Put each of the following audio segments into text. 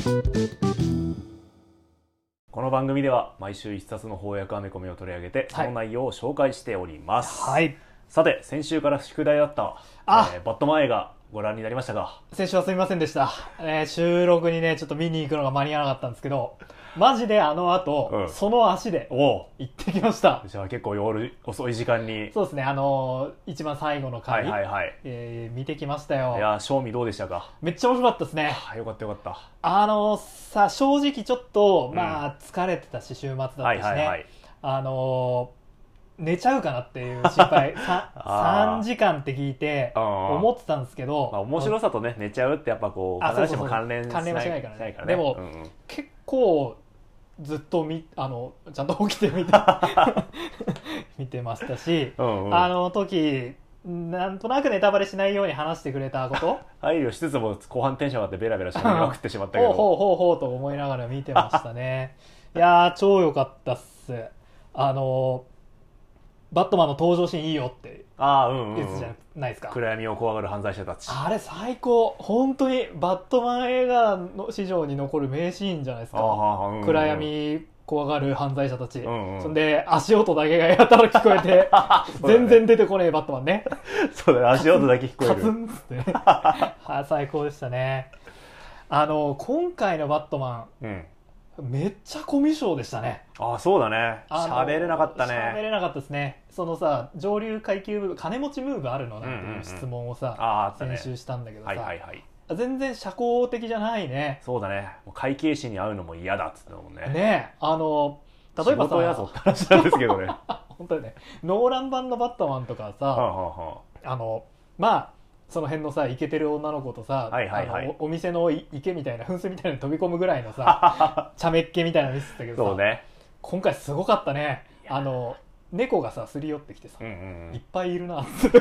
この番組では毎週一冊の翻訳アメコミを取り上げてその内容を紹介しております、 はい、 さて先週から宿題だった、バットマン映画ご覧になりましたか？ 先週はすみませんでした、収録にねちょっと見に行くのが間に合わなかったんですけど、マジであの後、その足で行ってきました。 じゃあ結構夜遅い時間に。 そうですね、一番最後の回、見てきましたよ。 いや正味どうでしたか？ めっちゃ面白かったですね。 よかったよかった。 さ正直ちょっと、疲れてたし週末だったしね、寝ちゃうかなっていう心配3時間って聞いて思ってたんですけど、 面白さとね寝ちゃうってやっぱこう必ずしも関連はしないからね。 でも、結構ずっとちゃんと起きて見てましたし、時なんとなくネタバレしないように話してくれたこと配慮しつつも後半テンション上がってベラベラしゃべりまくってしまったけどほうと思いながら見てましたねいやー超良かったっす。バットマンの登場シーンいいよってやつじゃないですか。 暗闇を怖がる犯罪者たち、あれ最高。本当にバットマン映画の史上に残る名シーンじゃないですか。暗闇怖がる犯罪者たち、そんで足音だけがやたら聞こえて全然出てこねえバットマンねそうだね、足音だけ聞こえるカツンっつってね最高でしたね。今回のバットマン、めっちゃコミュ障でしたね。 そうだね、喋れなかったね。 喋れなかったですね。そのさ上流階級ムーブ、金持ちムーブあるのなんていう質問をさ、先週したんだけどさ、全然社交的じゃないね。 そうだね、会計士に会うのも嫌だっつってたもんね。 ねえ、例えばさ、 仕事やぞって話なんですけどね本当にね、ノーラン版のバットマンとかさ、その辺のさイケてる女の子とさ、お店の池みたいな噴水みたいなの飛び込むぐらいのさ茶目っ気みたいなの見せてたけどさ、 そうね、 今回すごかったね。猫がさすり寄ってきてさ、いっぱいいるなって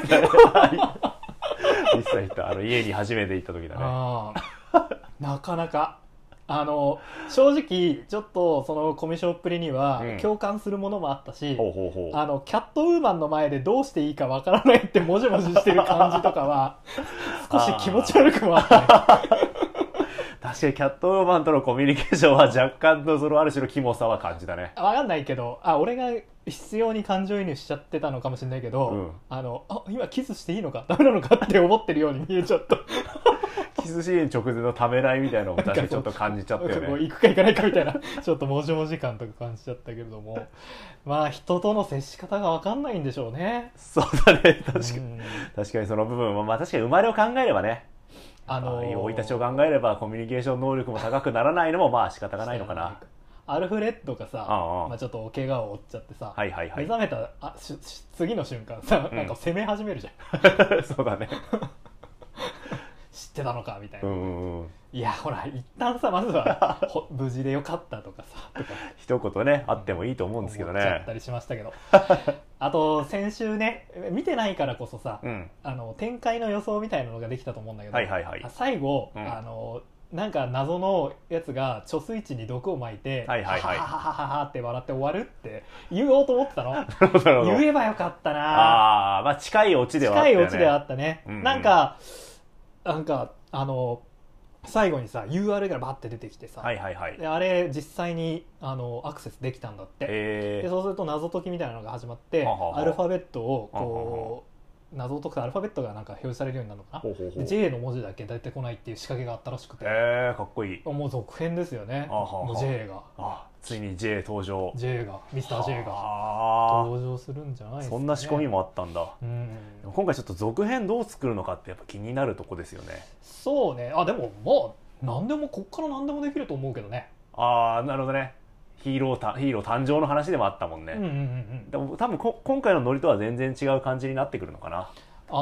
実際家に初めて行った時だねなかなか正直ちょっとそのコミュ障っぷりには共感するものもあったし、キャットウーマンの前でどうしていいかわからないってもじもじしてる感じとかは少し気持ち悪くもあったね確かにキャットウーマンとのコミュニケーションは若干のそのある種のキモさは感じたね。 わかんないけど、俺が必要に感情移入しちゃってたのかもしれないけど、今キスしていいのかダメなのかって思ってるように見えちゃったキスシーン直前のためらいみたいなのを私ちょっと感じちゃったよね。 行くか行かないかみたいなちょっともじもじ感とか感じちゃったけれども人との接し方が分かんないんでしょうね。 そうだね、確かにその部分は、確かに生まれを考えればね、生い立ちを考えればコミュニケーション能力も高くならないのも仕方がないのかな。 アルフレッドがさ、ちょっと怪我を負っちゃってさ、目覚めた次の瞬間さ、なんか攻め始めるじゃんそうだね知ってたのかみたいな、いやほら一旦さまずは無事でよかったとかさ一言ねあってもいいと思うんですけどね。 思っちゃったりしましたけどあと先週ね見てないからこそさ、展開の予想みたいなのができたと思うんだけど、最後、なんか謎のやつが貯水池に毒を撒いてはははははって笑って終わるって言おうと思ってたの言えばよかったな。 近いオチではあったよね。 近いオチではあったね。なんか最後にさ URL がバッて出てきてさ、であれ実際にアクセスできたんだって、でそうすると謎解きみたいなのが始まってアルファベットをこう謎を解くとアルファベットがなんか表示されるようになるのかな。で J の文字だけ出てこないっていう仕掛けがあったらしくて、 かっこいい。 もう続編ですよね。もう J がついに J 登場。 J がミスター J が登場するんじゃないですかね。 そんな仕込みもあったんだ。今回ちょっと続編どう作るのかってやっぱ気になるとこですよね。そうね。 でも何でもこっから何でもできると思うけどね。 なるほどね。ヒーロー誕生の話でもあったもんね。でも多分今回のノリとは全然違う感じになってくるのかな。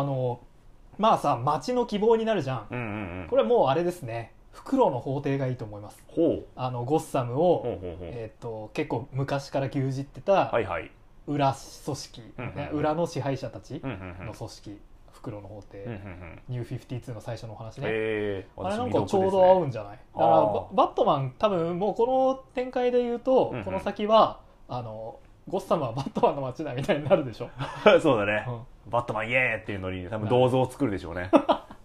街の希望になるじゃん。これはもうあれですね、フクロウの法廷がいいと思います。ゴッサムを結構昔から牛耳ってた裏組織、裏の支配者たちの組織、フクロウの法廷、ニュー52の最初のお話ね。あれなんかちょうど合うんじゃない。だからバットマン多分もうこの展開で言うと、この先はゴッサムはバットマンの街だみたいになるでしょそうだね、バットマンイエーっていうのに多分銅像を作るでしょうね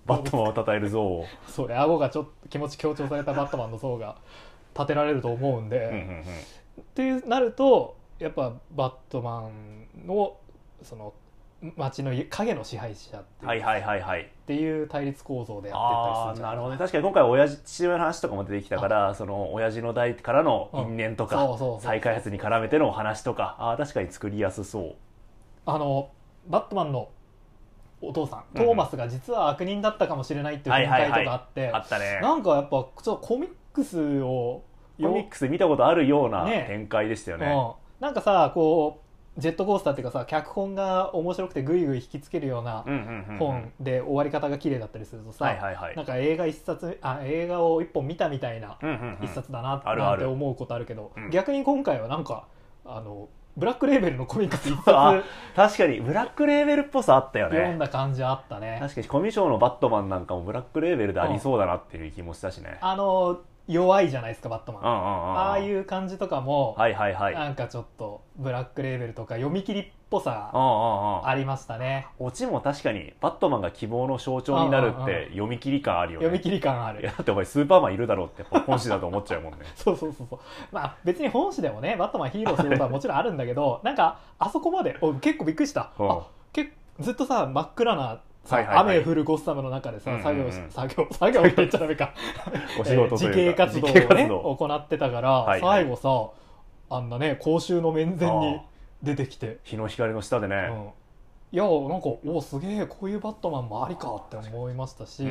バットマンを称える像をそう顎がちょっと気持ち強調されたバットマンの像が立てられると思うんで、ってなるとやっぱバットマンのその街の影の支配者っていう対立構造でやってたりするんじゃないかな。 なるほどね。確かに今回父親の話とかも出てきたから、その親父の代からの因縁とか再開発に絡めてのお話とか、確かに作りやすそう。 バットマンのお父さんトーマスが実は悪人だったかもしれないっていう展開とかあって、なんかやっぱちょっとコミックス見たことあるような展開でしたよね。 なんかさこうジェットコースターっていうかさ脚本が面白くてグイグイ引きつけるような本で終わり方が綺麗だったりするとさ、なんか映画を一本見たみたいな一冊だなって思うことあるけど、逆に今回はなんかブラックレーベルのコミックス一冊確かにブラックレーベルっぽさあったよね。 読んだ感じあったね。 確かにコミュ障のバットマンなんかもブラックレーベルでありそうだなっていう気もしたしね。 弱いじゃないですかバットマン、ああいう感じとかもなんかちょっとブラックレーベルとか読み切りっぽさありましたね。 オチも確かにバットマンが希望の象徴になるって読み切り感あるよね。 読み切り感ある。 いやだってお前スーパーマンいるだろうって本誌だと思っちゃうもんね。 そうまあ別に本誌でもねバットマンヒーローすることはもちろんあるんだけどなんかあそこまで結構びっくりした。ずっとさ真っ暗な雨降るゴッサムの中でさ、作業って言っちゃダメかお仕事というか自警活動をね行ってたから、最後さあんなね公衆の面前に出てきて日の光の下でね、 いやなんかすげえこういうバットマンもありかって思いましたし、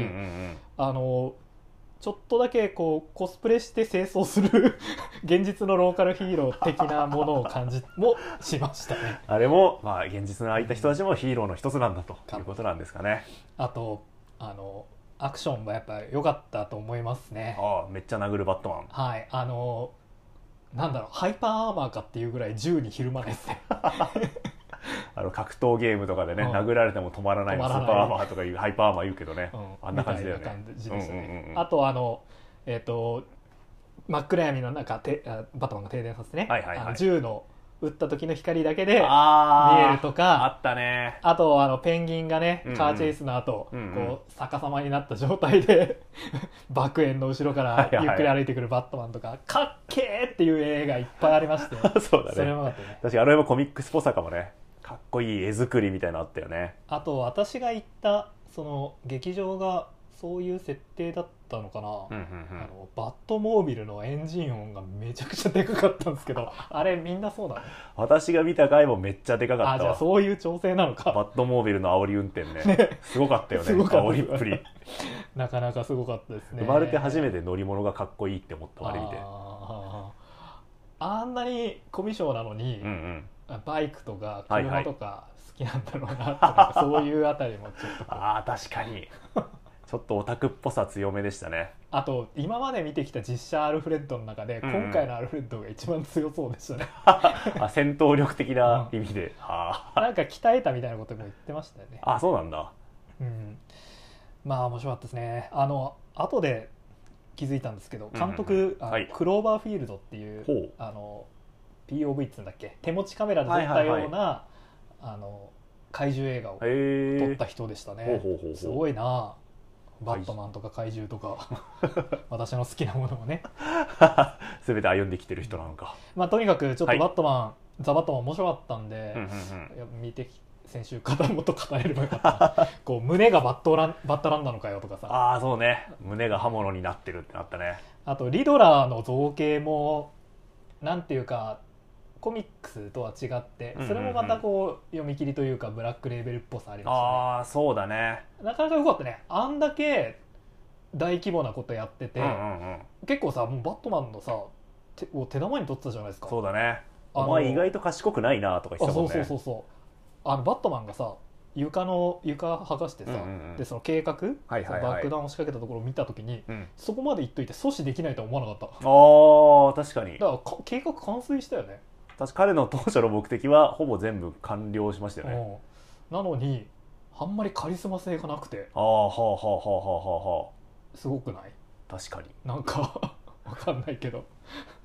ちょっとだけこうコスプレして清掃する現実のローカルヒーロー的なものを感じもしましたね。 あれも、まあ、現実の空いた人たちもヒーローの一つなんだということなんですかね。 あとアクションもやっぱ良かったと思いますね。 めっちゃ殴るバットマン。 はい、なんだろうハイパーアーマーかっていうぐらい銃にひるまないですね。 格闘ゲームとかでね、殴られても止まらないスーパーアーマーとかいうハイパーアーマー言うけどね、あんな感じだよね。 あと真っ暗闇の中バットマンが停電させてね、銃の撃った時の光だけで見えるとかあったね。 あとペンギンがねカーチェイスの後、こう逆さまになった状態で爆炎の後ろからゆっくり歩いてくるバットマンとか、かっけーっていう映画いっぱいありましてそうだね。 それもあってね。 確かにあれもコミックスっぽさかもね。かっこいい絵作りみたいなのあったよね。 あと私が行ったその劇場がそういう設定だったのかな、バットモービルのエンジン音がめちゃくちゃでかかったんですけどあれみんなそうなの？ 私が見た回もめっちゃでかかったわ。 じゃあそういう調整なのか。 バットモービルの煽り運転 ねすごかったよね。煽りっぷりなかなかすごかったですね。 生まれて初めて乗り物がかっこいいって思ったあれ見て。 あんなにコミュ障なのに、バイクとか車とか好きなんだろうなって、そういうあたりもちょっと確かにちょっとオタクっぽさ強めでしたね。 あと今まで見てきた実写アルフレッドの中で、今回のアルフレッドが一番強そうでしたね戦闘力的な意味で、 なんか鍛えたみたいなことも言ってましたよね。 そうなんだ。 まあ面白かったですね。後で気づいたんですけど、監督、クローバーフィールドっていうPOV って言うんだっけ、手持ちカメラで撮ったような怪獣映画を撮った人でしたね。すごいな。バットマンとか怪獣とか私の好きなものをね全て歩んできてる人なのか。 とにかくちょっとバットマン、ザ・バットマン面白かったんで、見て先週肩もっと語れればよかったこう胸がバッタランなのかよとかさ。 そうね、胸が刃物になってるってなったね。 あとリドラーの造形もなんていうかコミックスとは違って、それもまたこう読み切りというかブラックレーベルっぽさありましたね。そうだね。なかなか良かったね。あんだけ大規模なことやってて、結構さもうバットマンのさ手玉に取ってたじゃないですか。 そうだね。お前意外と賢くないなとか言ってたもんね。 そうバットマンがさ床剥がしてさ、でその計画、バックダウンを仕掛けたところを見た時に、そこまで言っといて阻止できないとは思わなかった。確かに。だから計画完遂したよね。 確か彼の当初の目的はほぼ全部完了しましたよね。 なのにあんまりカリスマ性がなくて、すごくない？ 確かに。 なんかわかんないけど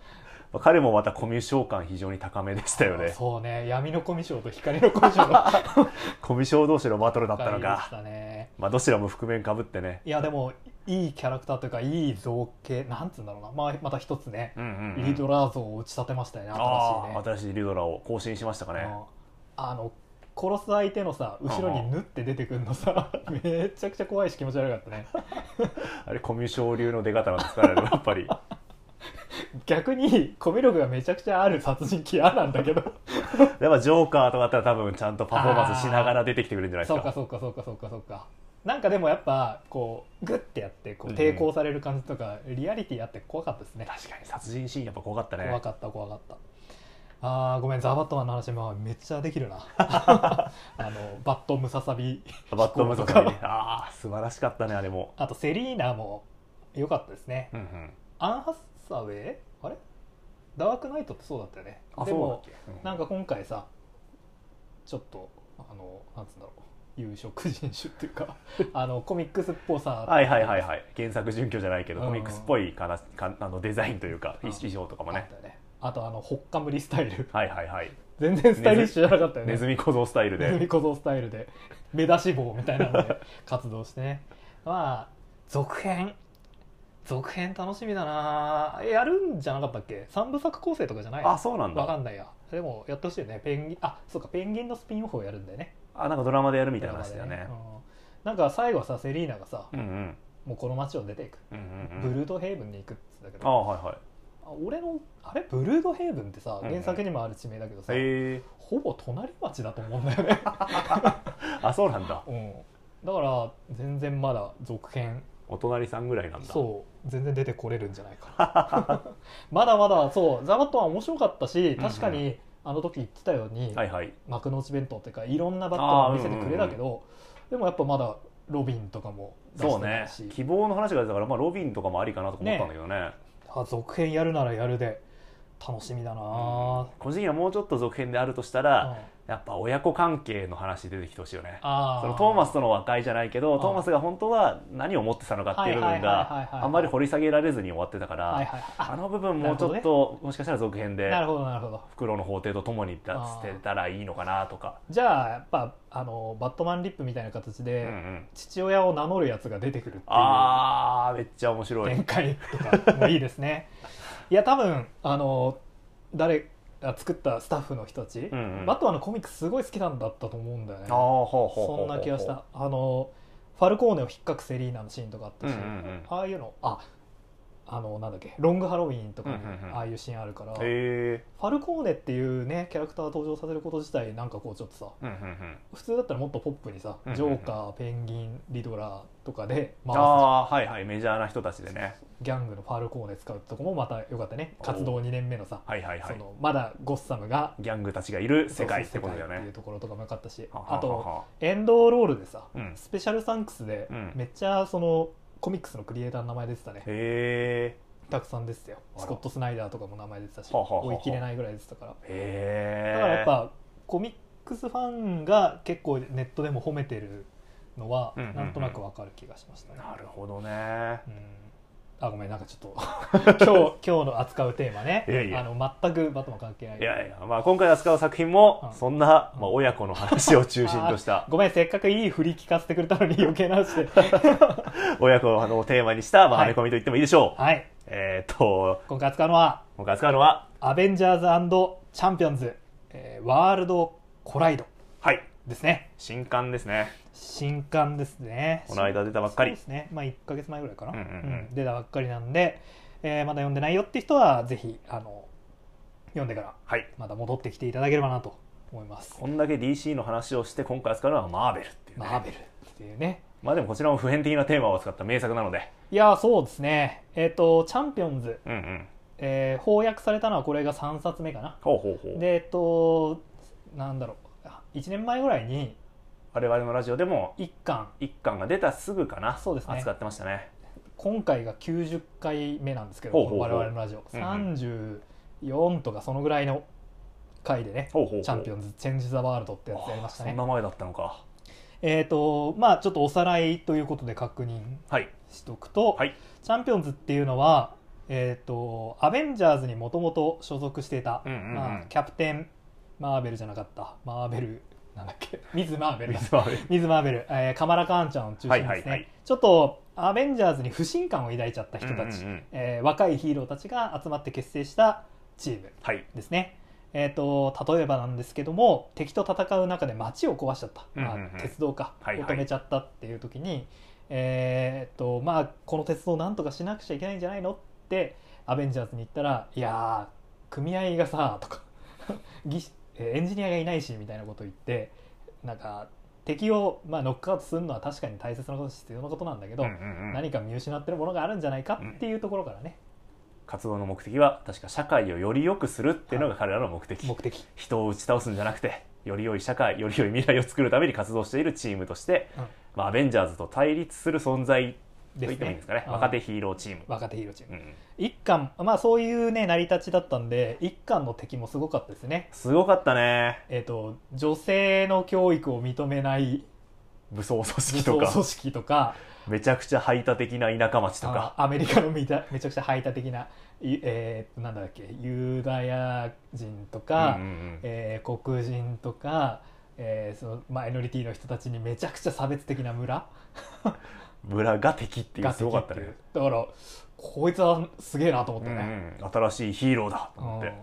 彼もまたコミュ障感非常に高めでしたよね。 そうね、闇のコミュ障と光のコミュ障のコミュ障同士のバトルだったのか。 でしたね。 まあどちらも覆面かぶってね。 いやでもいいキャラクターというかいい造形なんつうんだろうな、まあ、また一つね、リドラー像を打ち立てましたよね。 新しいリドラーを更新しましたかね。 殺す相手のさ後ろに縫って出てくるのさめちゃくちゃ怖いし気持ち悪かったねあれコミュ障流の出方なんですかねやっぱり逆にコミュ力がめちゃくちゃある殺人鬼嫌なんだけどやっぱジョーカーとかだったら多分ちゃんとパフォーマンスしながら出てきてくれるんじゃないですか。 そうかなんかでもやっぱこうグッてやってこう抵抗される感じとか、リアリティあって怖かったですね。 確かに殺人シーンやっぱ怖かったね。 怖かったごめん、ザ・バットマンの話もめっちゃできるなバットムササビバットムササビ素晴らしかったねあれも。 あとセリーナも良かったですね、アン・ハッサウェイあれダークナイトってそうだったよね。でもなんか今回さちょっとなんつうんだろう有色人種っていうかコミックスっぽさ原作準拠じゃないけど、コミックスっぽいデザインというか衣装とかもね。 あとホッカムリスタイルはい全然スタイリッシュじゃなかったよね。 ネズミ小僧スタイルで目出し帽みたいなので活動してねまあ続編楽しみだな。やるんじゃなかったっけ？3部作構成とかじゃないの？ そうなんだ。 分かんないや。でもやってほしいよね。そうかペンギンのスピンオフをやるんだよね。 なんかドラマでやるみたいな話だよね。 なんか最後はさセリーナがさ、 もうこの街を出ていく、ブルードヘイブンに行くっつうんだけど、俺のあれブルードヘイブンってさ原作にもある地名だけどさ、ほぼ隣町だと思うんだよねそうなんだ。 だから全然まだ続編お隣さんぐらいなんだ。 そう全然出てこれるんじゃないかなまだまだそうザ・バットマン面白かったし、確かにあの時言ってたように、幕の内弁当っていうかいろんなバットマン見せてくれたけど、でもやっぱまだロビンとかも出してないし、 希望の話が出たから、ロビンとかもありかなと思ったんだけどね。 続編やるならやるで楽しみだな。 個人的にはもうちょっと続編であるとしたら、やっぱ親子関係の話出てきてほしいよね。そのトーマスとの和解じゃないけど、トーマスが本当は何を思ってたのかっていう部分があんまり掘り下げられずに終わってたから、あの部分もうちょっと、もしかしたら続編でフクロウの法廷とともに捨てたらいいのかなとか。 じゃあやっぱバットマンリップみたいな形で、父親を名乗るやつが出てくるっていうめっちゃ面白い展開とかもいいですねいや多分誰作ったスタッフの人たち、バットマンのコミックすごい好きなんだったと思うんだよね。そんな気がした。ファルコーネを引っかくセリーナのシーンとかあったし、ああいうのなんだっけロングハロウィーンとかにああいうシーンあるから、ファルコーネっていうねキャラクター登場させること自体なんかこうちょっとさ、普通だったらもっとポップにさ、ジョーカー、ペンギン、リドラーとかでメジャーな人たちでねギャングのファルコーネ使うとこもまた良かったね。活動2年目のさ、まだゴッサムがギャングたちがいる世界ってことだよねっていうところとかも良かったし、あとエンドロールでさ、スペシャルサンクスでめっちゃそのコミックスのクリエイターの名前出てたね。たくさんですよ。スコット・スナイダーとかも名前出てたし、追い切れないぐらい出てたから。だからやっぱコミックスファンが結構ネットでも褒めてるのはなんとなくわかる気がしましたね。 なるほどね。 ごめんなんかちょっと今日の扱うテーマね全くバットマン関係ない。 今回扱う作品もそんな親子の話を中心としたごめんせっかくいい振り聞かせてくれたのに余計な話で親子のテーマにしたアメコミと言ってもいいでしょう。 今回扱うのはアベンジャーズ&チャンピオンズワールドコライドですね。 新刊ですね。 この間出たばっかりですね。1ヶ月前ぐらいかな、出たばっかりなんで、まだ読んでないよって人はぜひ読んでからまた戻ってきていただければなと思います。 こんだけ DC の話をして今回扱うのはマーベルっていうね。でもこちらも普遍的なテーマを扱った名作なので、 いやそうですね。チャンピオンズ、翻訳されたのはこれが3冊目かな。でなんだろう1年前ぐらいに我々のラジオでも 1巻が出たすぐかな。 そうですね、 扱ってましたね。 今回が90回目なんですけど、我々のラジオ34とかそのぐらいの回でね、チャンピオンズチェンジ・ザ・ワールドってやつやりましたね。 そんな前だったのか。 ちょっとおさらいということで確認しとくと、チャンピオンズっていうのは、 アベンジャーズにもともと所属していた、キャプテンマーベルじゃなかったマーベルなんだっけミズ・マーベルカマラ・カーンちゃんを中心にですね、ちょっとアベンジャーズに不信感を抱いちゃった人たち、若いヒーローたちが集まって結成したチームですね。例えばなんですけども、敵と戦う中で街を壊しちゃった、鉄道か、を止めちゃったっていう時に、この鉄道をなんとかしなくちゃいけないんじゃないのってアベンジャーズに言ったら、いやー組合がさとかエンジニアがいないしみたいなことを言って、なんか敵をノックアウトするのは確かに大切なこと、必要なことなんだけど、何か見失ってるものがあるんじゃないかっていうところからね、 活動の目的は確か社会をより良くするっていうのが彼らの目的、人を打ち倒すんじゃなくて、より良い社会、より良い未来を作るために活動しているチームとして、アベンジャーズと対立する存在と言ってもいいんですかね。若手ヒーローチーム、一巻、そういうね成り立ちだったんで、一巻の敵もすごかったですね。 すごかったね。 女性の教育を認めない武装組織とかめちゃくちゃ排他的な田舎町とか、 アメリカのめちゃくちゃ排他的な、なんだっけ、ユダヤ人とか、黒人とか、そのマイノリティの人たちにめちゃくちゃ差別的な村が敵っていう、すごかったね。 だからこいつはすげえなと思ってね、 新しいヒーローだと思って、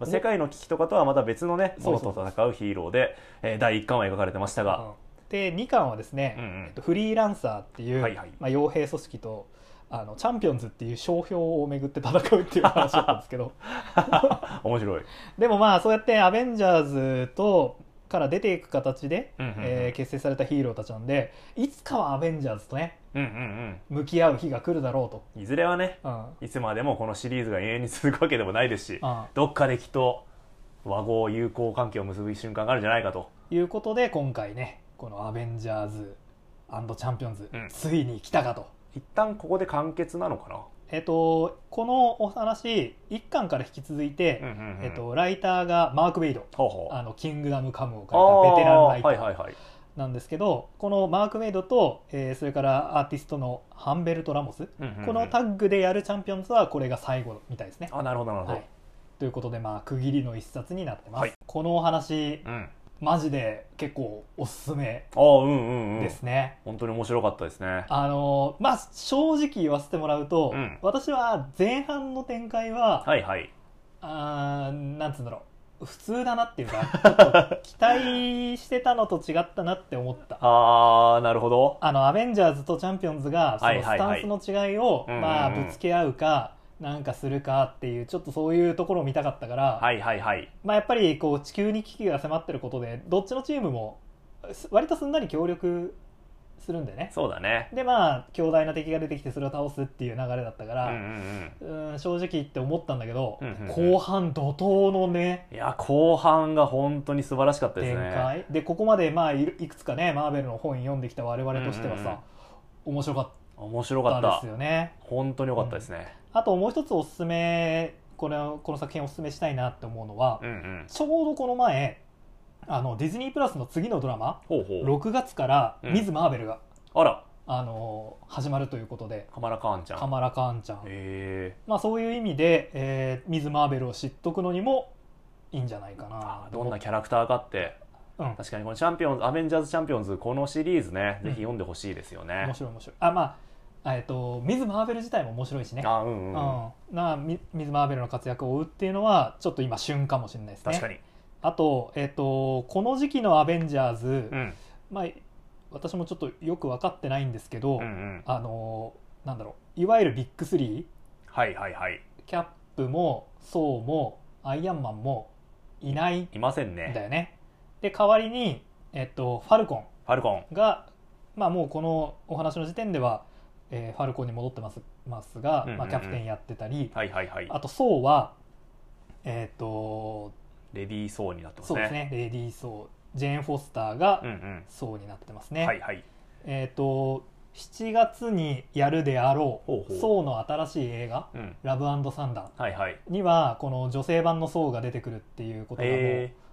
世界の危機とかとはまた別のねものと戦うヒーローで、第1巻は描かれてましたが、 で2巻はですね、フリーランサーっていう、傭兵組織とチャンピオンズっていう商標をめぐって戦うっていう話だったんですけど面白い。 でもそうやってアベンジャーズから出ていく形で、結成されたヒーローたちなんで、いつかはアベンジャーズとね、向き合う日が来るだろうと。 いずれはね、いつまでもこのシリーズが永遠に続くわけでもないですし、どっかできっと和合友好関係を結ぶ瞬間があるんじゃないかということで、今回ねこのアベンジャーズ&チャンピオンズ、ついに来たかと。 一旦ここで完結なのかな。 このお話1巻から引き続いて、ライターがマーク・ウェイド、キングダム・カムを書いたベテランライターなんですけど、このマーク・ウェイドと、それからアーティストのハンベルト・ラモス、このタッグでやるチャンピオンズはこれが最後みたいですね。 なるほどなるほど、 ということで区切りの一冊になってます。このお話、マジで結構おすすめですね。 本当に面白かったですね。 正直言わせてもらうと、私は前半の展開は、なんつうんだろう、普通だなっていうか、ちょっと期待してたのと違ったなって思った。 なるほど。 アベンジャーズとチャンピオンズがそのスタンスの違いをぶつけ合うかなんかするかっていう、ちょっとそういうところを見たかったから、やっぱり地球に危機が迫ってることで、どっちのチームも割とすんなり協力するんでね。 そうだね。 で強大な敵が出てきてそれを倒すっていう流れだったから、正直って思ったんだけど、後半怒涛のね、 いや後半が本当に素晴らしかったですね。 展開で、ここまでいくつかねマーベルの本読んできた我々としてはさ、面白かったですよね。 本当に良かったですね。 あともう一つおすすめ、この作品をおすすめしたいなって思うのは、ちょうどこの前ディズニープラスの次のドラマ、6月からミズ・マーベルが、始まるということで、 カマラ・カーンちゃん、そういう意味で、ミズ・マーベルを知っとくのにもいいんじゃないかな。 どんなキャラクターかって、確かにこのアベンジャーズチャンピオンズ、このシリーズね、ぜひ読んでほしいですよね。 面白い。ミズ・マーベル自体も面白いしね。ミズ・マーベルの活躍を追うっていうのはちょっと今旬かもしれないですね。 確かに。 あと、この時期のアベンジャーズ、私もちょっとよく分かってないんですけど、なんだろう、いわゆるビッグ3、キャップもソーもアイアンマンもいませんね。 だよね。で代わりに、ファルコンが、もうこのお話の時点では、ファルコンに戻ってますが、キャプテンやってたり、あとソーはレディー・ソーになってますね。 そうですね、レディー・ソー、ジェーン・フォスターがソーになってますね。7月にやるであろうソーの新しい映画、ラブ&サンダーにはこの女性版のソーが出てくるっていうことがもう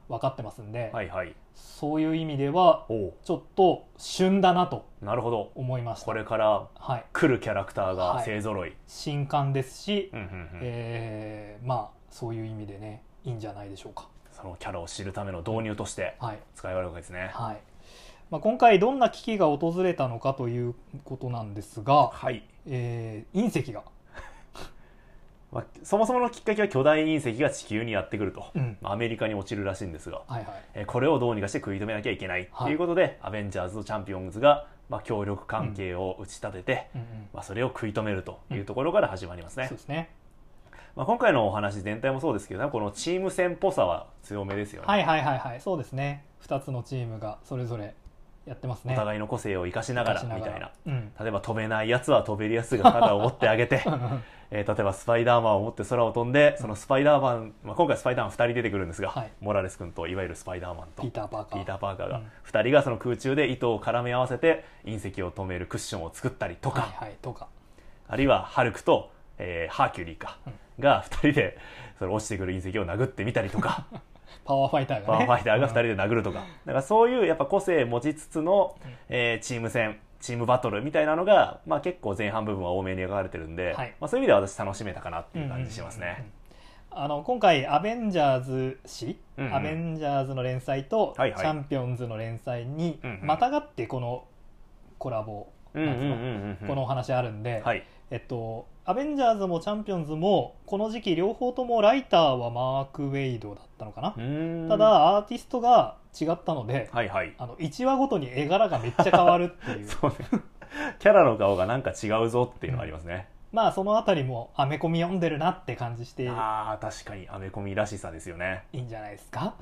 分かってますんで、 はいはい、 そういう意味ではちょっと旬だなと思いました。 これから来るキャラクターが勢ぞろい、 新刊ですし、まあそういう意味でねいいんじゃないでしょうか。 そのキャラを知るための導入として使いわれるわけですね。 はい、まあ、今回どんな危機が訪れたのかということなんですが、 はい、 隕石がまあ、そもそものきっかけは巨大隕石が地球にやってくると、アメリカに落ちるらしいんですが、これをどうにかして食い止めなきゃいけないということで、アベンジャーズとチャンピオンズが、まあ、協力関係を打ち立てて、まあ、それを食い止めるというところから始まりますね。 そうですね。 まあ、今回のお話全体もそうですけど、このチーム戦っぽさは強めですよね。 はいはいはいはい、そうですね。2つのチームがそれぞれやってますね。 お互いの個性を生かしながらみたいな、例えば飛べないやつは飛べるやつが肩を持ってあげて例えばスパイダーマンを持って空を飛んで、そのスパイダーマン、まあ、今回スパイダーマン2人出てくるんですが、モラレス君といわゆるスパイダーマンとピーター・パーカーが2人がその空中で糸を絡め合わせて隕石を止めるクッションを作ったりとか、あるいはハルクと、ハーキュリーが2人でその落ちてくる隕石を殴ってみたりとかパワーファイターが 2人で殴るとか、だからそういうやっぱ個性持ちつつの、チーム戦、チームバトルみたいなのが、まあ、結構前半部分は多めに描かれてるんで、まあ、そういう意味では私楽しめたかなっていう感じしますね。 今回アベンジャーズ誌、アベンジャーズの連載とチャンピオンズの連載にまたがってこのコラボ、このお話あるんで、アベンジャーズもチャンピオンズもこの時期両方ともライターはマーク・ウェイドだったのかな。ただアーティストが違ったので、1話ごとに絵柄がめっちゃ変わるっていうそう、ね、キャラの顔がなんか違うぞっていうのがありますね。 まあそのあたりもアメコミ読んでるなって感じして、 確かにアメコミらしさですよね。 いいんじゃないですか。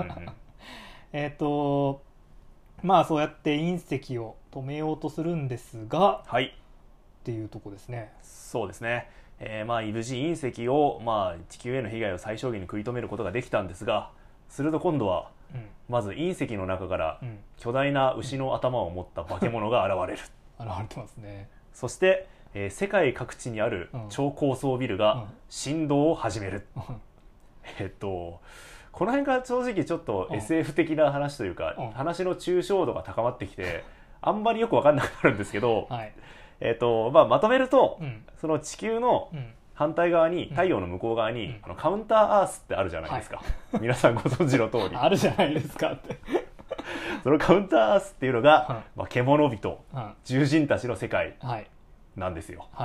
まあそうやって隕石を止めようとするんですが、っていうとこですね。 そうですね。まあ無事隕石を、まあ、地球への被害を最小限に食い止めることができたんですが、すると今度は、まず隕石の中から巨大な牛の頭を持った化け物が現れる。 現れてますね。 そして、世界各地にある超高層ビルが振動を始める。この辺が正直ちょっと SF 的な話というか、話の抽象度が高まってきてあんまりよく分かんなくなるんですけど、まあ、まとめると、その地球の反対側に、太陽の向こう側に、カウンターアースってあるじゃないですか、皆さんご存知の通りあるじゃないですかってそのカウンターアースっていうのが、まあ、獣人、獣人たちの世界なんですよ、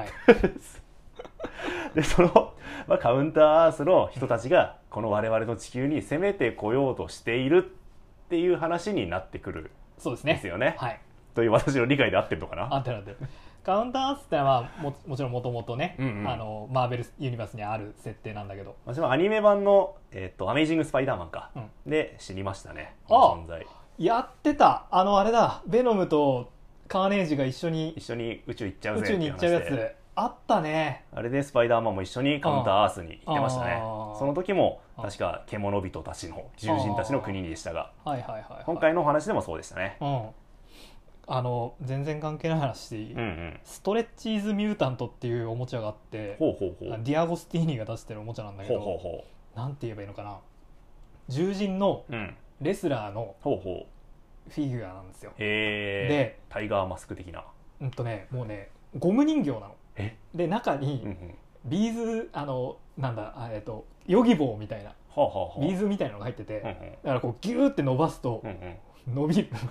でその、まあ、カウンターアースの人たちがこの我々の地球に攻めてこようとしているっていう話になってくるんですよね。という私の理解で合ってるのかな。 合ってる合ってる。カウンターアースってのはもちろんもともとね、マーベルユニバースにある設定なんだけど、 私もアニメ版の、アメイジング・スパイダーマンか、で知りましたね、存在。 やってた、あれだ、ベノムとカーネージが一緒に宇宙行っちゃうぜって話で、宇宙に行っちゃうやつあったね。 あれでスパイダーマンも一緒にカウンターアースに行ってましたね。その時も確か獣人たちの獣人たちの国でしたが、今回のお話でもそうでしたね。 全然関係ない話でいい、ストレッチーズ・ミュータントっていうおもちゃがあって、ディアゴスティーニが出してるおもちゃなんだけど、なんて言えばいいのかな、獣人のレスラーのフィギュアなんですよ。でタイガーマスク的な、 もうねゴム人形なので、中にビーズ、なんだヨギボーみたいなビーズみたいなのが入ってて、だからこうギューって伸ばすと伸びる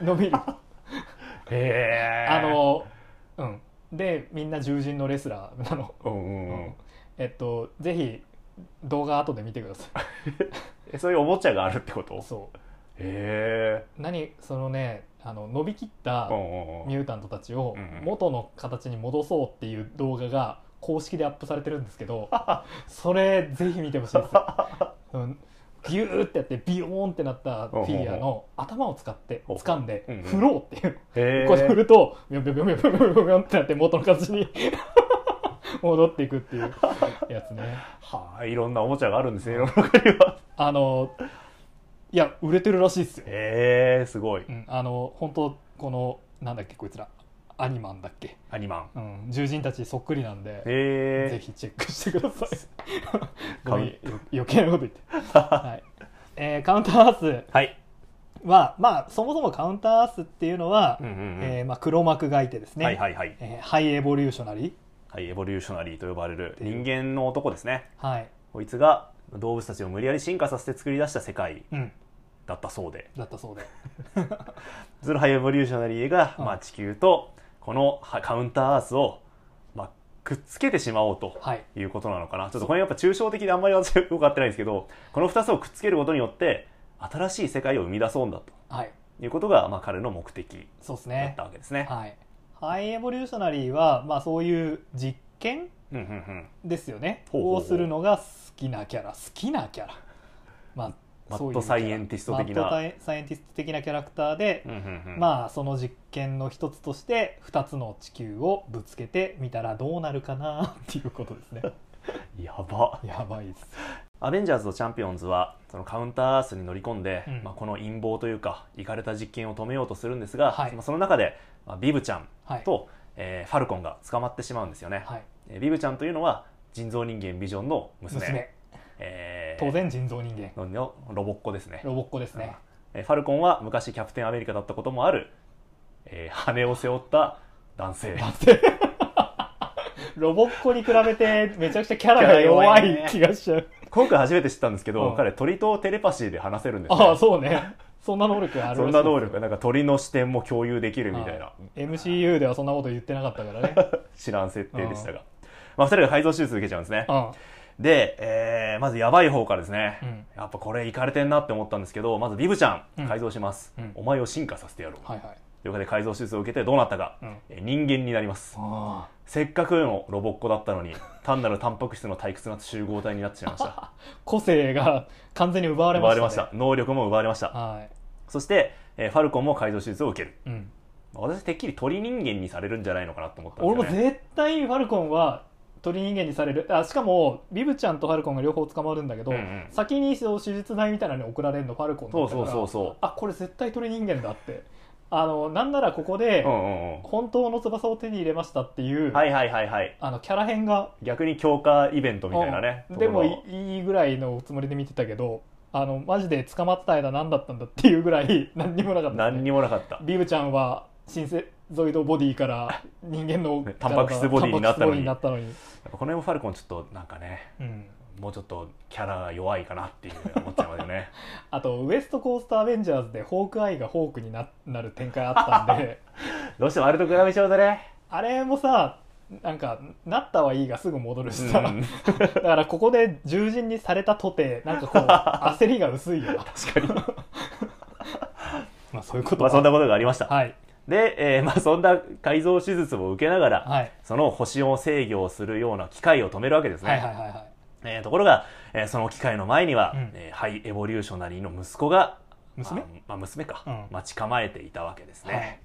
でみんな獣人のレスラーなの。ぜひ動画後で見てくださいそういうおもちゃがあるってこと？ そう。そのね、伸びきったミュータントたちを元の形に戻そうっていう動画が公式でアップされてるんですけどそれぜひ見てほしいですよ。ギューってやってビヨーンってなったフィギュアの頭を使って掴んで振ろうっていう、これ振るとビョンビョンビョンビョンビョンビョンってなって元の形に戻っていくっていうやつね。 いろんなおもちゃがあるんですね、世の中には。 いや売れてるらしいですよ。 すごい。 本当このなんだっけこいつらアニマンだっけ、 アニマン、獣人たちそっくりなんで、ぜひチェックしてください。余計なこと言ってカウンターアース、 はい、 まあそもそもカウンターアースっていうのは、黒幕がいてですね、ハイエボリューショナリー、 ハイエボリューショナリーと呼ばれる人間の男ですね。 はい、 こいつが動物たちを無理やり進化させて作り出した世界だったそうで、そのハイエボリューショナリーが、地球とこのカウンターアースを、くっつけてしまおうということなのかな。ちょっとこれやっぱ抽象的であんまり私はよく分かってないんですけど、この2つをくっつけることによって新しい世界を生み出そうだと、いうことが、彼の目的だったわけですね。 ハイエボリューショナリーは、そういう実験ですよね。をするのが好きなキャラ、マッドサイエンティスト的なキャラクターで、その実験の一つとして2つの地球をぶつけてみたらどうなるかなっていうことですね。 やばいです。 アベンジャーズとチャンピオンズはそのカウンターアースに乗り込んで、この陰謀というかイカれた実験を止めようとするんですが、その中で、ビブちゃんと、ファルコンが捕まってしまうんですよね。ビブちゃんというのは人造人間ビジョンの娘、 当然人造人間のロボッコですね。 ファルコンは昔キャプテンアメリカだったこともある、羽を背負った男性ロボッコに比べてめちゃくちゃキャラが弱い気がしちゃう。 今回初めて知ったんですけど、彼鳥とテレパシーで話せるんですね。そうね。そんな能力があるらしい。 そんな能力、なんか鳥の視点も共有できるみたいな。 MCU ではそんなこと言ってなかったからね。 知らん設定でしたが。2人が改造手術受けちゃうんですね。で、まずやばい方からですね、やっぱこれいかれてんなって思ったんですけど、まずビブちゃん、改造します。お前を進化させてやろう。ということで改造手術を受けてどうなったか、人間になります。せっかくのロボッコだったのに単なるタンパク質の退屈な集合体になってしまいました。 個性が完全に奪われましたね。 能力も奪われました。そして、ファルコンも改造手術を受ける。私てっきり鳥人間にされるんじゃないのかなと思ったんですよね。 俺も絶対ファルコンは鳥人間にされる。しかもビブちゃんとファルコンが両方捕まるんだけど、先に手術台みたいなのに送られるのファルコンだったから、これ絶対鳥人間だって。なんならここで本当の翼を手に入れましたっていうキャラ編が逆に強化イベントみたいなね、 でもいいぐらいのつもりで見てたけど、マジで捕まった間何だったんだっていうぐらい何にもなかった、 何にもなかった。 ビブちゃんはシンセゾイドボディから人間のタンパク質ボディになったのに、やっぱこの辺もファルコンちょっとなんかね、もうちょっとキャラが弱いかなっていう思っちゃいますよね。 あとウエストコーストアベンジャーズでホークアイがホークに なる展開あったんでどうしてもあれと比べちゃうとね、 あれもさ、なんかなったはいいがすぐ戻るしさ、だからここで獣人にされたとてなんかこう焦りが薄いよな。 確かにそういうこと、 そんなことがありました。で、そんな改造手術を受けながら、その星を制御するような機械を止めるわけですね。ところが、その機械の前には、ハイエボリューショナリーの息子が娘か、待ち構えていたわけですね。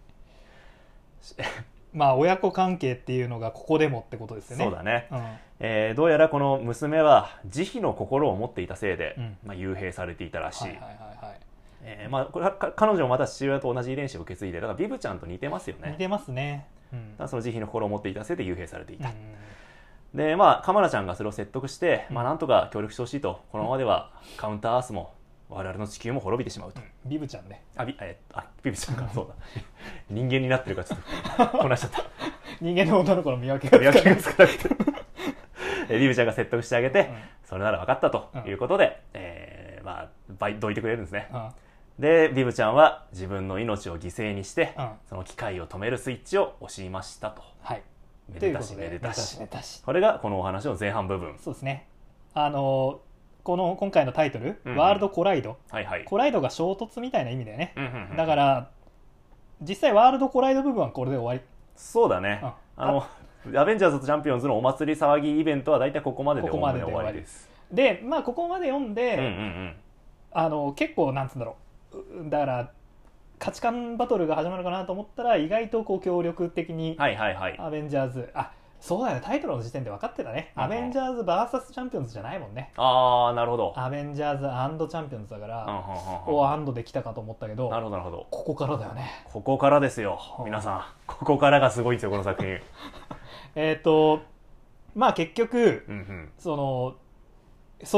親子関係っていうのがここでもってことですよね。 そうだね。どうやらこの娘は慈悲の心を持っていたせいで、幽閉されていたらしい。これは彼女もまた父親と同じ遺伝子を受け継いで、だからビブちゃんと似てますよね。 似てますね。 その慈悲の心を持っていたせいで幽閉されていた。でカマラちゃんがそれを説得して、なんとか協力してほしいと。このままではカウンターアースも我々の地球も滅びてしまうと。 ビブちゃんね。 ビブちゃんか、そうだ。人間になってるからちょっとこなしちゃった。 人間の女の子の見分けがつかなくてビブちゃんが説得してあげて、それなら分かったということで、どいてくれるんですね。でビブちゃんは自分の命を犠牲にして、その機械を止めるスイッチを押しましたと。めでたしめでたし。これがこのお話の前半部分。 そうですね。この今回のタイトル、ワールドコライド、コライドが衝突みたいな意味だよね。だから実際ワールドコライド部分はこれで終わり。 そうだね。アベンジャーズとチャンピオンズのお祭り騒ぎイベントは大体ここまでで終わりです。 でここまで読んで、結構なんつうんだろう、だから価値観バトルが始まるかなと思ったら意外とこう協力的にアベンジャーズ、そうだよね、タイトルの時点で分かってたね。アベンジャーズ VS チャンピオンズじゃないもんね。 なるほど。 アベンジャーズ&チャンピオンズだから、アンドできたかと思ったけど、 なるほどなるほど。 ここからだよね。 ここからですよ、皆さん。ここからがすごいんですよ、この作品。 結局、その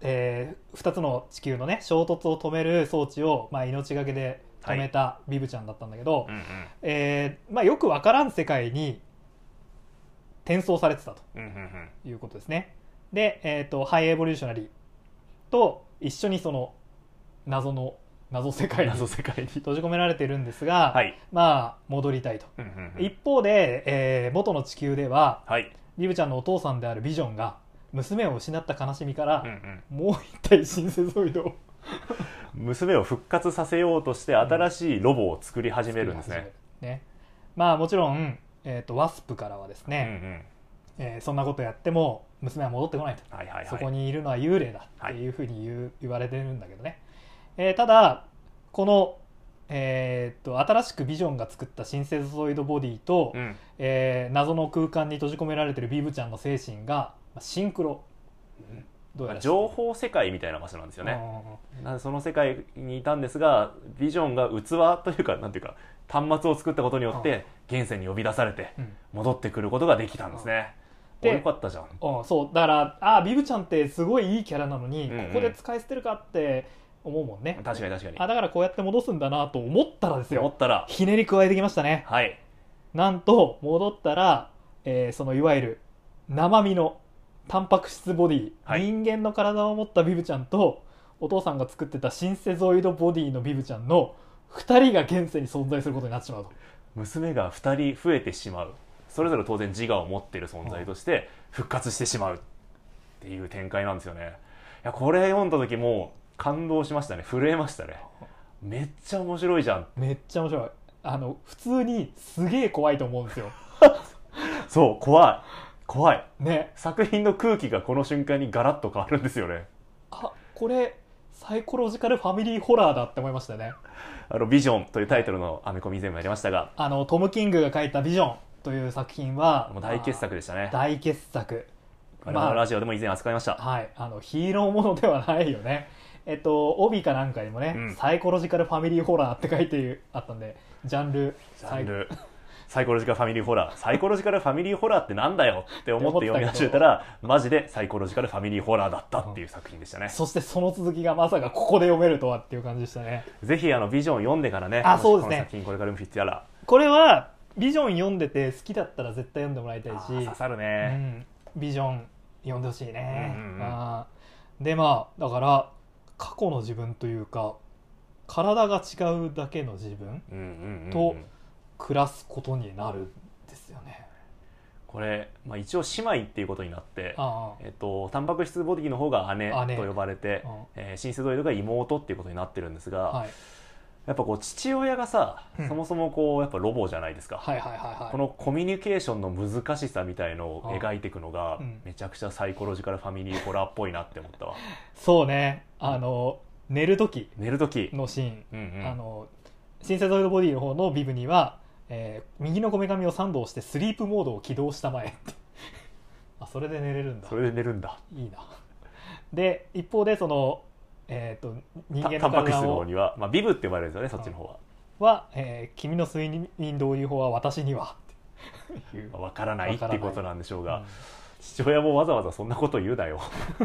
2つの地球のね衝突を止める装置を、命がけで止めたビブちゃんだったんだけど、よくわからん世界に転送されてたということですね。で、ハイエボリューショナリーと一緒にその謎世界に閉じ込められてるんですが、戻りたいと。一方で、元の地球では、ビブちゃんのお父さんであるビジョンが娘を失った悲しみから、もう一体シンセゾイドを娘を復活させようとして新しいロボを作り始めるんですね。 もちろん、ワスプからはですね、そんなことやっても娘は戻ってこないと、そこにいるのは幽霊だっていうふうに言われてるんだけどね、ただこの、新しくビジョンが作ったシンセゾイドボディと、謎の空間に閉じ込められてるビブちゃんの精神がシンクロ、 情報世界みたいな場所なんですよね。その世界にいたんですが、ビジョンが器というかなんていうか端末を作ったことによって現世に呼び出されて戻ってくることができたんですね。よかったじゃん。 そうだからビブちゃんってすごいいいキャラなのに、ここで使い捨てるかって思うもんね。 確かに確かに。 だからこうやって戻すんだなと思ったらですよ、ひねり加えてきましたね。なんと戻ったら、そのいわゆる生身のタンパク質ボディ、人間の体を持ったビブちゃんとお父さんが作ってたシンセゾイドボディのビブちゃんの2人が現世に存在することになってしまうと。 娘が2人増えてしまう。それぞれ当然自我を持っている存在として復活してしまうっていう展開なんですよね。いやこれ読んだ時もう感動しましたね。震えましたね。めっちゃ面白いじゃん。 めっちゃ面白い。普通にすげえ怖いと思うんですよそう怖いね。作品の空気がこの瞬間にガラッと変わるんですよね。 これサイコロジカルファミリーホラーだって思いましたね。 ビジョンというタイトルのアメコミ全部やりましたが、 トム・キングが書いたビジョンという作品はもう大傑作でしたね。 大傑作。 我々のラジオでも以前扱いました。 ヒーローものではないよね。帯かなんかにもね、サイコロジカルファミリーホラーって書いてあったんで、ジャンルサイコロジカルファミリーホラー。サイコロジカルファミリーホラーってなんだよって思って読み始めたら、マジでサイコロジカルファミリーホラーだったっていう作品でしたね。 そしてその続きがまさかここで読めるとはっていう感じでしたね。 ぜひビジョン読んでからね。 そうですね。 この作品これからもフィットやら。 これはビジョン読んでて好きだったら絶対読んでもらいたいし、 刺さるね。 ビジョン読んでほしいね。でだから過去の自分というか体が違うだけの自分と暮らすことになるんですよね。 これ、一応姉妹っていうことになって、タンパク質ボディの方が姉と呼ばれて、シンセゾイドが妹っていうことになってるんですが、やっぱ父親がさ、そもそもやっぱロボじゃないですか。このコミュニケーションの難しさみたいのを描いていくのが、めちゃくちゃサイコロジカルファミリーホラーっぽいなって思ったわ。 そうね。寝る時のシーン、シンセゾイドボディの方のビブには、右のこめかみを3度押してスリープモードを起動したまえってそれで寝れるんだ。 それで寝るんだ。 いいな。で一方でその、人間の体をタンパク質の方には、ビブって呼ばれるんですよね、そっちの方は。君の睡眠導入法は私にはわからないってことなんでしょうが、父親もわざわざそんなこと言うなよ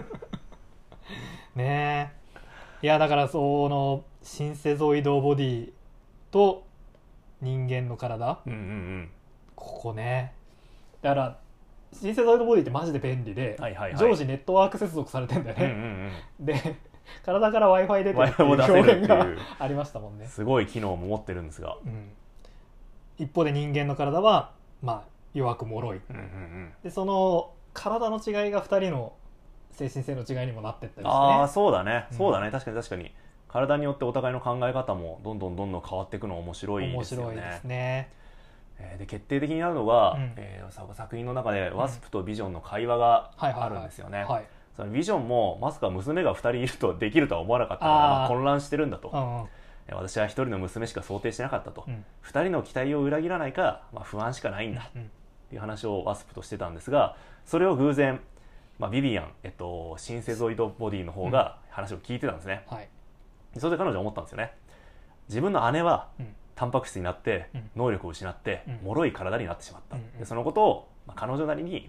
ねえ。いやだからそのシンセゾイドボディと人間の体、ここね。だからシンセゾイドボディってマジで便利で、常時ネットワーク接続されてんだよね。で体から Wi-Fi 出てるっていう表現がありましたもんね。 すごい機能も持ってるんですが、 一方で人間の体は弱く脆い、でその体の違いが2人の精神性の違いにもなっていったりしてね。 そうだね、確かに体によってお互いの考え方もどんどん変わっていくの面白いですよね。 面白いですね。 で決定的になるのが、作品の中でワスプとビジョンの会話があるんですよね。そのビジョンもまさか娘が2人いるとできるとは思わなかったから、混乱してるんだと、私は1人の娘しか想定してなかったと、2人の期待を裏切らないか、不安しかないんだっていう話をワスプとしてたんですが、それを偶然、ビビアン、シンセゾイドボディの方が話を聞いてたんですね。それで彼女は思ったんですよね。自分の姉はタンパク質になって能力を失って脆い体になってしまった。でそのことを彼女なりに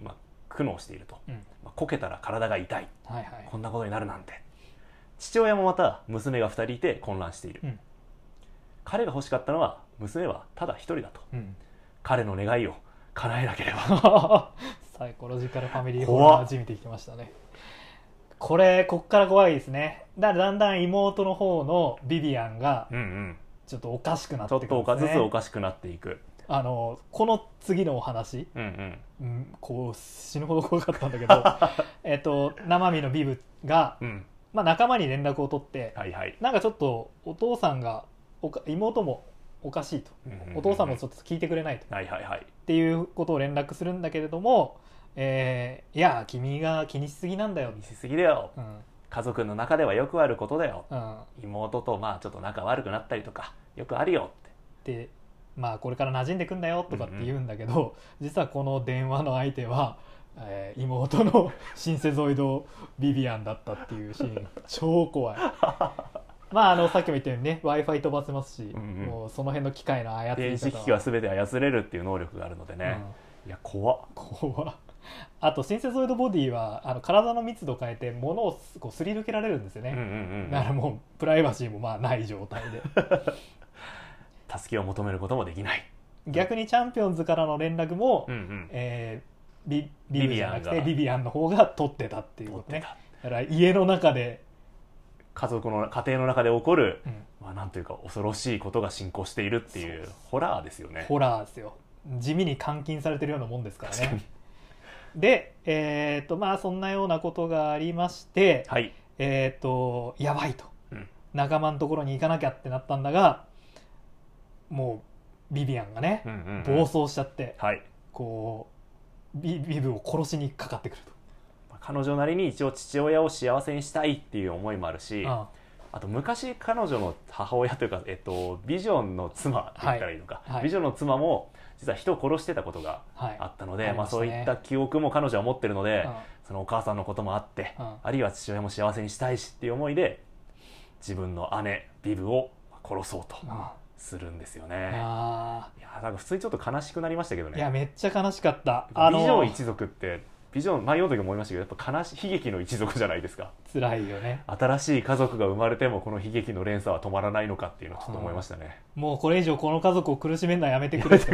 苦悩していると、こけたら体が痛い、こんなことになるなんて。父親もまた娘が2人いて混乱している、彼が欲しかったのは娘はただ一人だと、彼の願いを叶えなければサイコロジカルファミリーホラーじみてきてましたね。こっから怖いですね。だんだん妹の方のビビアンがちょっとおかしくなってくるんですね。 ちょっとずつおかしくなっていく。 この次のお話、こう死ぬほど怖かったんだけど生身のビブが、仲間に連絡を取って、なんかちょっとお父さんが妹もおかしいと、お父さんもちょっと聞いてくれないと、っていうことを連絡するんだけれども、いや君が気にしすぎなんだよ、 気にしすぎだよ、家族の中ではよくあることだよ、妹とちょっと仲悪くなったりとかよくあるよってこれから馴染んでくんだよとかって言うんだけど、実はこの電話の相手は、妹のシンセゾイドビビアンだったっていうシーン超怖いさっきも言ったようにね Wi-Fi 飛ばせますし、もうその辺の機械の操り方電子機器は全て操れるっていう能力があるのでね、いや怖っ。 あとシンセゾイドボディは体の密度を変えて物をこうすり抜けられるんですよね、だからもうプライバシーもない状態で助けを求めることもできない。 逆にチャンピオンズからの連絡も、ビビじゃなくてビビアンの方が取ってたっていうことね。だから家の中で家庭の中で起こる、なんというか恐ろしいことが進行しているっていうホラーですよね。 ホラーですよ。地味に監禁されてるようなもんですからね。で、そんなようなことがありまして、やばいと、仲間のところに行かなきゃってなったんだが、もうビビアンがね、暴走しちゃって、こうビブを殺しにかかってくると。 彼女なりに一応父親を幸せにしたいっていう思いもあるし、あと昔彼女の母親というか、ビジョンの妻って言ったらいいのか、ビジョンの妻も実は人を殺してたことがあったので、そういった記憶も彼女は持ってるので、そのお母さんのこともあって、あるいは父親も幸せにしたいしっていう思いで自分の姉ビブを殺そうとするんですよね。いやなんか普通にちょっと悲しくなりましたけどね。 いやめっちゃ悲しかった。 ビジョン一族ってビジョン前読んだ時思いましたけど、やっぱ悲劇の一族じゃないですか。 辛いよね。 新しい家族が生まれてもこの悲劇の連鎖は止まらないのかっていうのをちょっと思いましたね。 もうこれ以上この家族を苦しめるのはやめてくれって。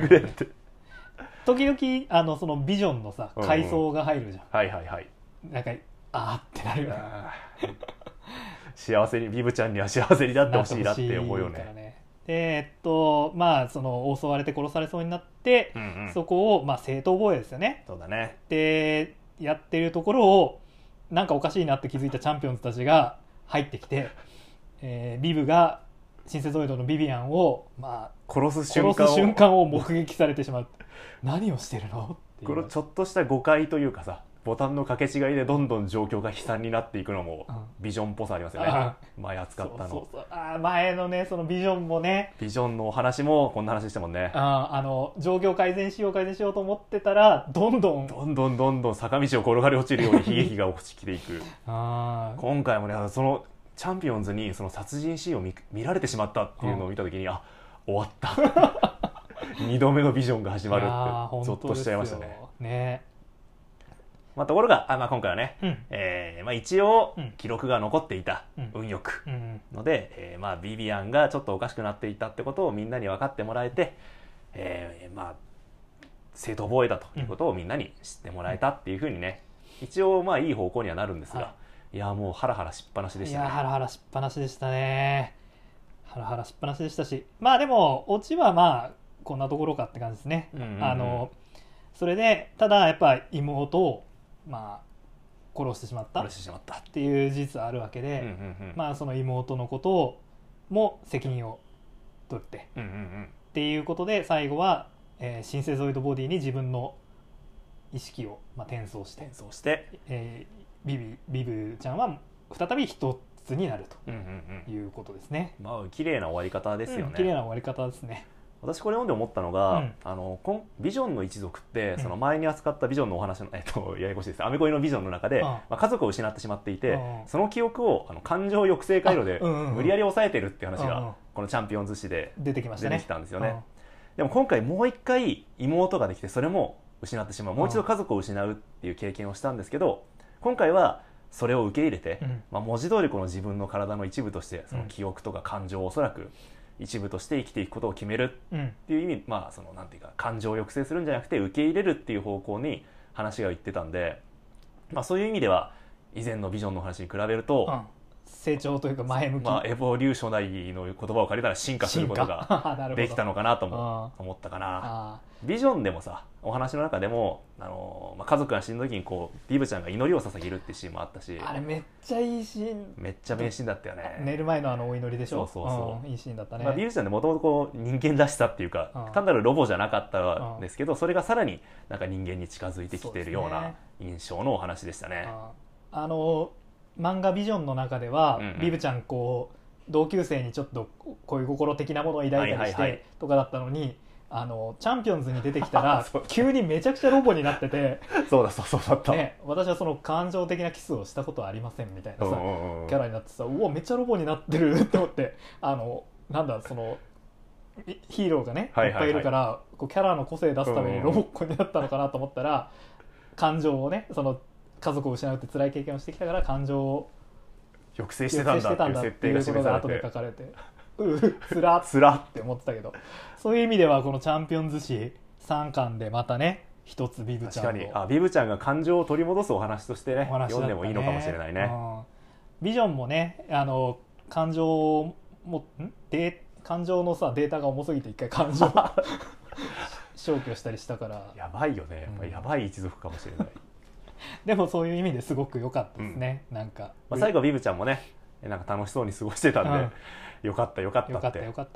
時々そのビジョンのさ階層が入るじゃん。なんかってなるよね。 幸せにビブちゃんには幸せになってほしいなって思うよね。 でその襲われて殺されそうになって、そこを正当防衛ですよね。 そうだね。 でやってるところをなんかおかしいなって気づいたチャンピオンズたちが入ってきて、ビブがシンセゾイドのビビアンを、 殺す瞬間を目撃されてしまう。何をしてるのっていう。 これちょっとした誤解というかさ、ボタンの掛け違いでどんどん状況が悲惨になっていくのもビジョンっぽさありますよね。前扱ったの。 前のねそのビジョンもね。 ビジョンのお話もこんな話でしたもんね。 状況改善しようと思ってたらどんどん坂道を転がり落ちるように悲劇が起きていく。今回もねそのチャンピオンズにその殺人シーンを 見られてしまったっていうのを見た時に終わった2度目のビジョンが始まるってゾッとしちゃいましたね。ところが今回はね、一応記録が残っていた、運よくので、ビビアンがちょっとおかしくなっていたってことをみんなに分かってもらえて、正当防衛だということをみんなに知ってもらえたっていうふうにね、一応いい方向にはなるんですが、いやもうハラハラしっぱなしでしたね。 いやハラハラしっぱなしでしたね。ハラハラしっぱなしでしたし、でもオチはこんなところかって感じですね。それでただやっぱ妹を殺してしまったっていう事実あるわけで、その妹のことをも責任を取ってっていうことで最後は、シンセゾイドボディに自分の意識を転送して、ビブちゃんは再び一つになるということですね。 綺麗な終わり方ですよね。 綺麗な終わり方ですね。 私これ読んで思ったのが、ビジョンの一族ってその前に扱ったビジョンのお話の、ややこしいです、アメコミのビジョンの中で、家族を失ってしまっていて、その記憶を感情抑制回路で無理やり抑えてるっていう話がこのチャンピオンズ誌で出てきたんですよね。でも今回もう一回妹ができて、それも失ってしまう、もう一度家族を失うっていう経験をしたんですけど、今回はそれを受け入れて、文字通りこの自分の体の一部としてその記憶とか感情をおそらく一部として生きていくことを決めるっていう意味、そのなんていうか感情を抑制するんじゃなくて受け入れるっていう方向に話がいってたんで、そういう意味では以前のビジョンの話に比べると、 成長というか前向き、 エボリューショナリーの言葉を借りたら進化することができたのかなとも思ったかな。ビジョンでもさ、お話の中でも家族が死ぬ時にこうビブちゃんが祈りを捧げるっていうシーンもあったし、 あれめっちゃいいシーン、 めっちゃ名シーンだったよね。 寝る前のお祈りでしょ。いいシーンだったね。 ビブちゃんってもともと人間らしさっていうか、単なるロボじゃなかったんですけど、それがさらになんか人間に近づいてきているような印象のお話でしたね。 漫画ビジョンの中では、ビブちゃんこう同級生にちょっと恋心的なものを抱いたりしてとかだったのに、チャンピオンズに出てきたら急にめちゃくちゃロボになっててそうだった、 ね、私はその感情的なキスをしたことはありませんみたいなさ、キャラになってさ、うわめっちゃロボになってるって思って、なんだそのヒーローがねいっぱいいるから、こうキャラの個性出すためにロボっ子になったのかなと思ったら、感情をね、その家族を失うって辛い経験をしてきたから感情を抑制してたんだっていう設定が示されて、 後で書かれてつらって思ってたけど、そういう意味ではこのチャンピオンズ誌3巻でまたね一つビブちゃん確かにビブちゃんが感情を取り戻すお話としてね読んでもいいのかもしれないね。 ビジョンもね感情のさデータが重すぎて一回感情消去したりしたからやばいよね、やばい一族かもしれない。 でもそういう意味ですごく良かったですね、なんか、 最後ビブちゃんもねなんか楽しそうに過ごしてたんで、よかったって。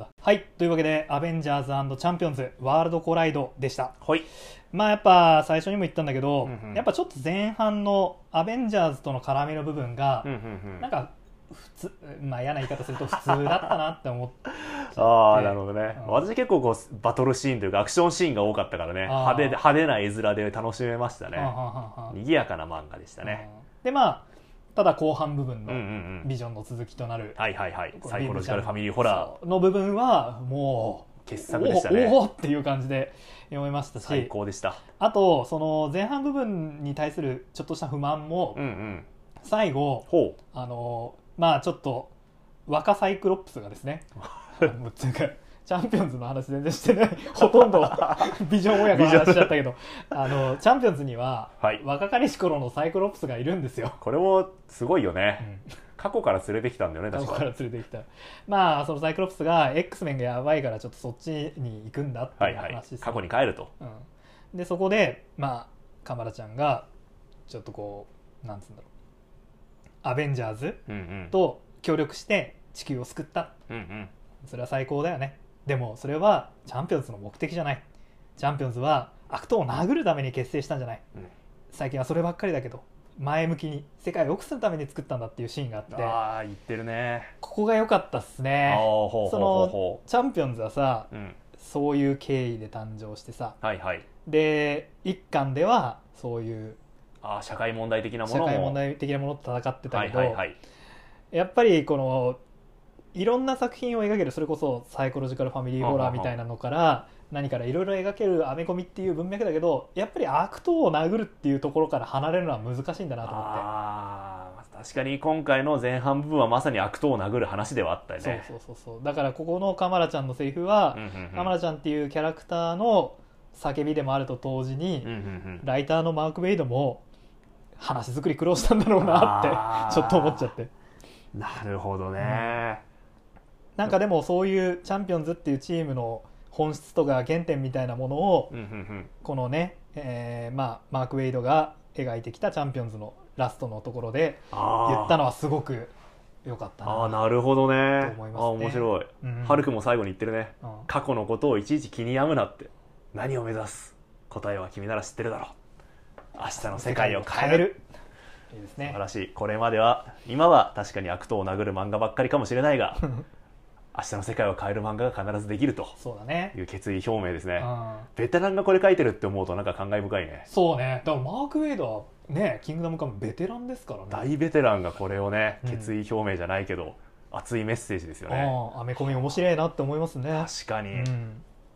はい、というわけでアベンジャーズ&チャンピオンズワールドコライドでした。 はい。 やっぱ最初にも言ったんだけど、やっぱちょっと前半のアベンジャーズとの絡みの部分が、なんか普通、嫌な言い方すると普通だったなって思ってなるほどね、私結構こうバトルシーンというかアクションシーンが多かったからね、派手な絵面で楽しめましたね。賑やかな漫画でしたね。 でただ後半部分のビジョンの続きとなるサイコロジカルファミリーホラーの部分はもう傑作でしたね。 おおっていう感じで読めましたし、 最高でした。 あとその前半部分に対するちょっとした不満も、最後ちょっと若サイクロプスがですねチャンピオンズの話全然してないほとんどビジョン親子の話しちゃったけどチャンピオンズには、若かりし頃のサイクロプスがいるんですよ。 これもすごいよね、過去から連れてきたんだよね。確か過去から連れてきた。そのサイクロプスが X メンがやばいからちょっとそっちに行くんだっていう話です、 過去に帰ると、 でそこでカマラちゃんがちょっとこうなんつうんだろう、アベンジャーズと協力して地球を救った、それは最高だよね。でもそれはチャンピオンズの目的じゃない。チャンピオンズは悪党を殴るために結成したんじゃない、最近はそればっかりだけど前向きに世界を良くするために作ったんだっていうシーンがあって、 言ってるね。 ここが良かったっすね。そのチャンピオンズはさ、そういう経緯で誕生してさ、で一巻ではそういう社会問題的なものと戦ってたけど、やっぱりこのいろんな作品を描ける、それこそサイコロジカルファミリーホラーみたいなのから何からいろいろ描けるアメコミっていう文脈だけど、やっぱり悪党を殴るっていうところから離れるのは難しいんだなと思って。 確かに今回の前半部分はまさに悪党を殴る話ではあったよね。 そうだからここのカマラちゃんのセリフは、カマラちゃんっていうキャラクターの叫びでもあると同時に、ライターのマーク・ウェイドも話作り苦労したんだろうなってちょっと思っちゃって。 なるほどね、 なんかでもそういうチャンピオンズっていうチームの本質とか原点みたいなものを、このね、マーク・ウェイドが描いてきたチャンピオンズのラストのところで言ったのはすごく良かったな。 なるほどね。 と思いますね。 面白い。ハルクも最後に言ってるね、過去のことをいちいち気に病むなって。何を目指す、答えは君なら知ってるだろう。明日の世界を変える。 いいですね。 素晴らしい。これまでは今は確かに悪党を殴る漫画ばっかりかもしれないが明日の世界を変える漫画が必ずできるという決意表明ですね。ベテランがこれ書いてるって思うとなんか感慨深いね。 そうね。だからマーク・ウェイドはね、キングダムカムベテランですからね。 大ベテランがこれをね、決意表明じゃないけど熱いメッセージですよね。 アメコミ面白いなって思いますね。 確かに、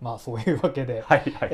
まあそういうわけで、 はいはい、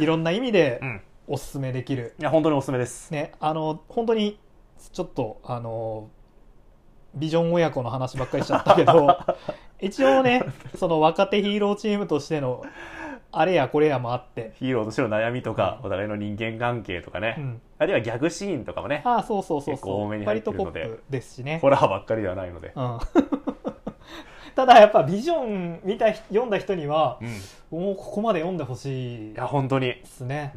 いろんな意味でおすすめできる、 いや本当におすすめですね。本当にちょっとビジョン親子の話ばっかりしちゃったけど一応ね、その若手ヒーローチームとしてのあれやこれやもあって、 ヒーローとしての悩みとか、お互いの人間関係とかね、あるいはギャグシーンとかもね、 そう結構多めに入ってるので、 割とポップですしね、 ホラーばっかりではないので、 ただやっぱビジョン読んだ人には、もうここまで読んでほしい。 いや本当にですね。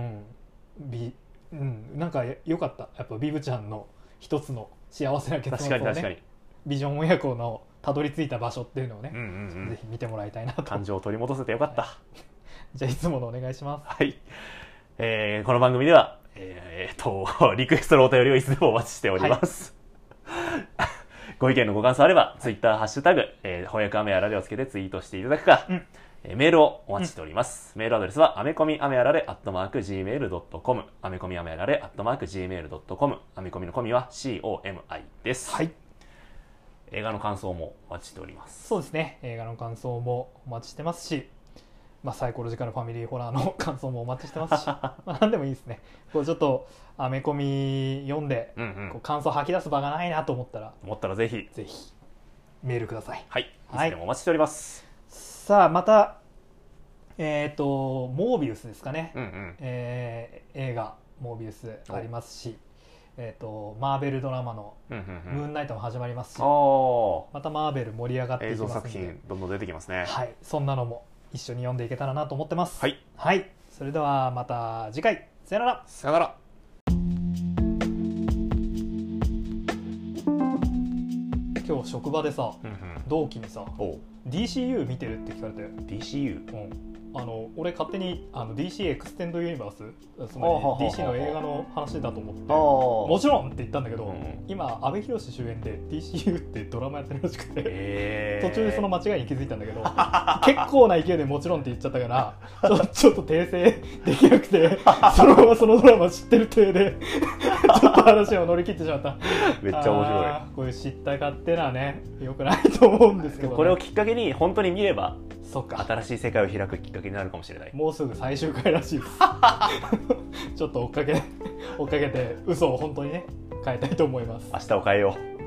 なんか良かった。やっぱビブちゃんの一つの幸せな結末をね、ビジョン親子のたどり着いた場所っていうのをね、ぜひ見てもらいたいなと。 感情を取り戻せてよかった、 じゃあいつものお願いします。 はい、この番組では、リクエストのお便りをいつでもお待ちしております、ご意見のご感想あれば、ツイッターハッシュタグ、翻訳アメアラでをつけてツイートしていただくか、メールをお待ちしております。メールアドレスはアメコミアメアラレ@gmail.com、アメコミアメアラレ@gmail.com、アメコミのコミは COMI です。はい。映画の感想もお待ちしております。 そうですね。映画の感想もお待ちしてますし、サイコロジカルファミリーホラーの感想もお待ちしてますし、何でもいいですね。こうちょっとアメコミ読んで、こう感想吐き出す場がないなと思ったらぜひメールください。 はい。いつでもお待ちしております。 さあまたモービウスですかね。映画モービウスありますし、マーベルドラマのムーンナイトも始まりますし、またマーベル盛り上がっていきますので、 映像作品どんどん出てきますね。 はい、そんなのも一緒に読んでいけたらなと思ってます。 はい、 はい、それではまた次回、さよなら。 さよなら。 今日職場でさ、同期にさ DCU 見てるって聞かれて、 DCU？ 俺勝手にDC エクステンドユニバース、つまり DC の映画の話だと思って、もちろんって言ったんだけど、今阿部寛主演で DCU ってドラマやってるらしくて、途中でその間違いに気づいたんだけど結構な勢いでもちろんって言っちゃったからちょっと訂正できなくてそのままそのドラマ知ってる体でちょっと話を乗り切ってしまった。 めっちゃ面白い。 こういう知ったかってのはね、良くないと思うんですけど、ね、 これをきっかけに本当に見れば、 そっか、 新しい世界を開くきっかけになるかもしれない。 もうすぐ最終回らしいですちょっと追っかけて嘘を本当にね変えたいと思います。 明日を変えよう。